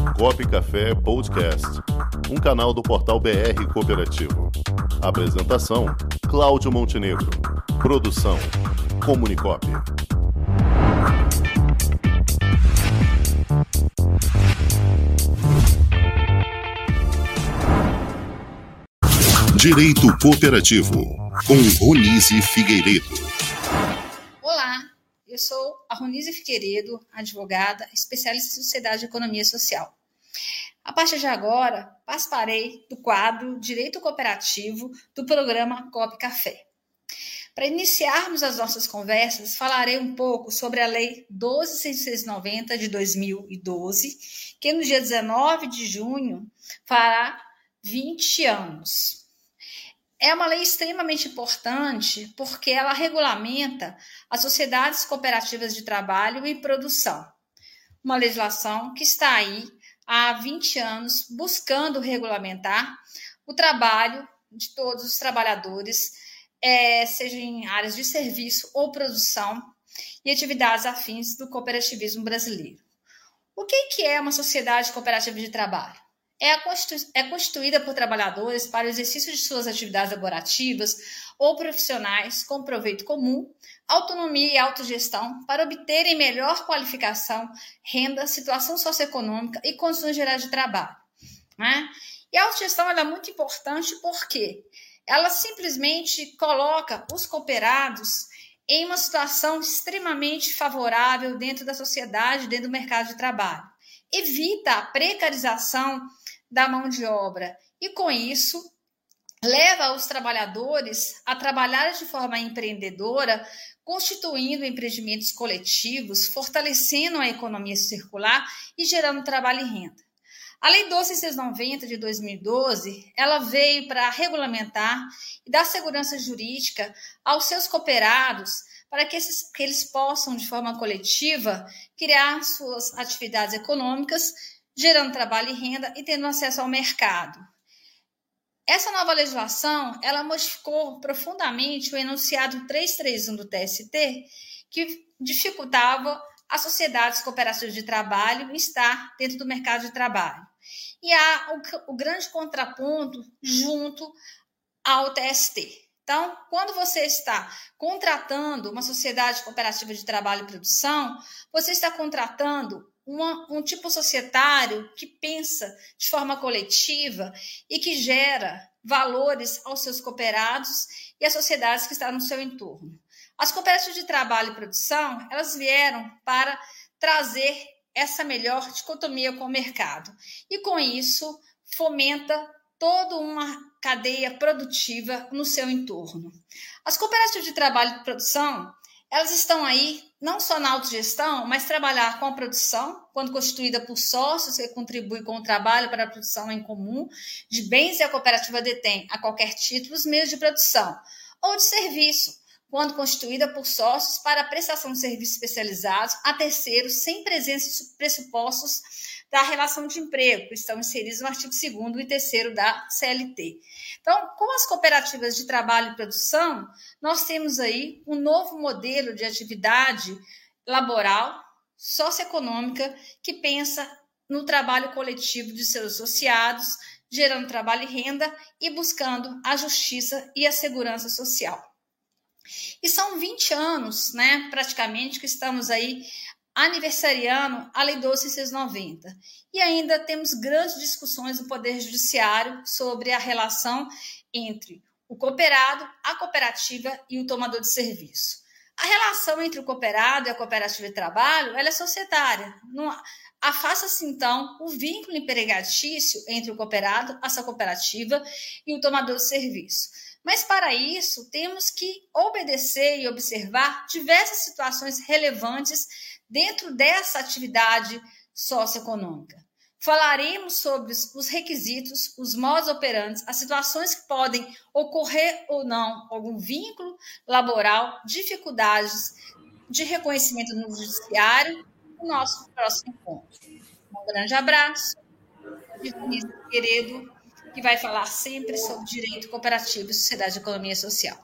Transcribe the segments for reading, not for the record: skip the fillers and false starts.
Copa Café Podcast, um canal do portal BR Cooperativo. Apresentação: Cláudio Montenegro. Produção: Comunicop. Direito Cooperativo, com Ronise Figueiredo. Olá, eu sou a Ronise Figueiredo, advogada, especialista em Sociedade e Economia Social. A partir de agora, participarei do quadro Direito Cooperativo do programa Copa Café. Para iniciarmos as nossas conversas, falarei um pouco sobre a Lei 12.690 de 2012, que no dia 19 de junho fará 20 anos. É uma lei extremamente importante porque ela regulamenta as sociedades cooperativas de trabalho e produção. Uma legislação que está aí há 20 anos buscando regulamentar o trabalho de todos os trabalhadores, seja em áreas de serviço ou produção e atividades afins do cooperativismo brasileiro. O que é uma sociedade cooperativa de trabalho? É constituída por trabalhadores para o exercício de suas atividades laborativas ou profissionais com proveito comum, autonomia e autogestão para obterem melhor qualificação, renda, situação socioeconômica e condições gerais de trabalho. Né? E a autogestão é muito importante porque ela simplesmente coloca os cooperados em uma situação extremamente favorável dentro da sociedade, dentro do mercado de trabalho. Evita a precarização da mão de obra e, com isso, leva os trabalhadores a trabalhar de forma empreendedora, constituindo empreendimentos coletivos, fortalecendo a economia circular e gerando trabalho e renda. A Lei 12.690 de 2012, ela veio para regulamentar e dar segurança jurídica aos seus cooperados para que eles possam, de forma coletiva, criar suas atividades econômicas, gerando trabalho e renda e tendo acesso ao mercado. Essa nova legislação, ela modificou profundamente o enunciado 331 do TST, que dificultava as sociedades cooperativas de trabalho estar dentro do mercado de trabalho. E há o grande contraponto junto ao TST. Então, quando você está contratando uma sociedade cooperativa de trabalho e produção, você está contratando um tipo societário que pensa de forma coletiva e que gera valores aos seus cooperados e às sociedades que estão no seu entorno. As cooperativas de trabalho e produção, elas vieram para trazer essa melhor dicotomia com o mercado. E, com isso, fomenta toda uma cadeia produtiva no seu entorno. As cooperativas de trabalho e produção, elas estão aí não só na autogestão, mas trabalhar com a produção, quando constituída por sócios que contribuem com o trabalho para a produção em comum de bens e a cooperativa detém, a qualquer título, os meios de produção, ou de serviço, quando constituída por sócios para a prestação de serviços especializados a terceiros sem presença de pressupostos da relação de emprego, que estão inseridos no artigo 2º e 3º da CLT. Então, com as cooperativas de trabalho e produção, nós temos aí um novo modelo de atividade laboral, socioeconômica, que pensa no trabalho coletivo de seus associados, gerando trabalho e renda e buscando a justiça e a segurança social. E são 20 anos, praticamente, que estamos aí aniversariando a Lei 12.690. E ainda temos grandes discussões no Poder Judiciário sobre a relação entre o cooperado, a cooperativa e o tomador de serviço. A relação entre o cooperado e a cooperativa de trabalho, ela é societária. Afasta-se, então, o vínculo empregatício entre o cooperado, essa cooperativa, e o tomador de serviço. Mas, para isso, temos que obedecer e observar diversas situações relevantes dentro dessa atividade socioeconômica. Falaremos sobre os requisitos, os modos operantes, as situações que podem ocorrer ou não, algum vínculo laboral, dificuldades de reconhecimento no judiciário, no nosso próximo encontro. Um grande abraço, de Ronise Figueiredo, que vai falar sempre sobre direito cooperativo e sociedade e economia social.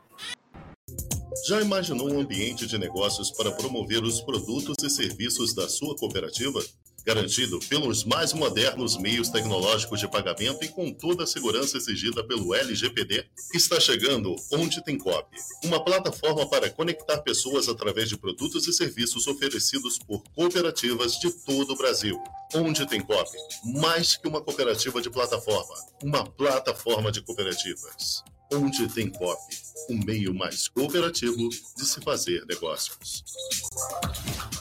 Já imaginou um ambiente de negócios para promover os produtos e serviços da sua cooperativa? garantido pelos mais modernos meios tecnológicos de pagamento e com toda a segurança exigida pelo LGPD, está chegando Onde Tem Coop, uma plataforma para conectar pessoas através de produtos e serviços oferecidos por cooperativas de todo o Brasil. Onde Tem Coop, mais que uma cooperativa de plataforma, uma plataforma de cooperativas. Onde Tem Coop, o meio mais cooperativo de se fazer negócios.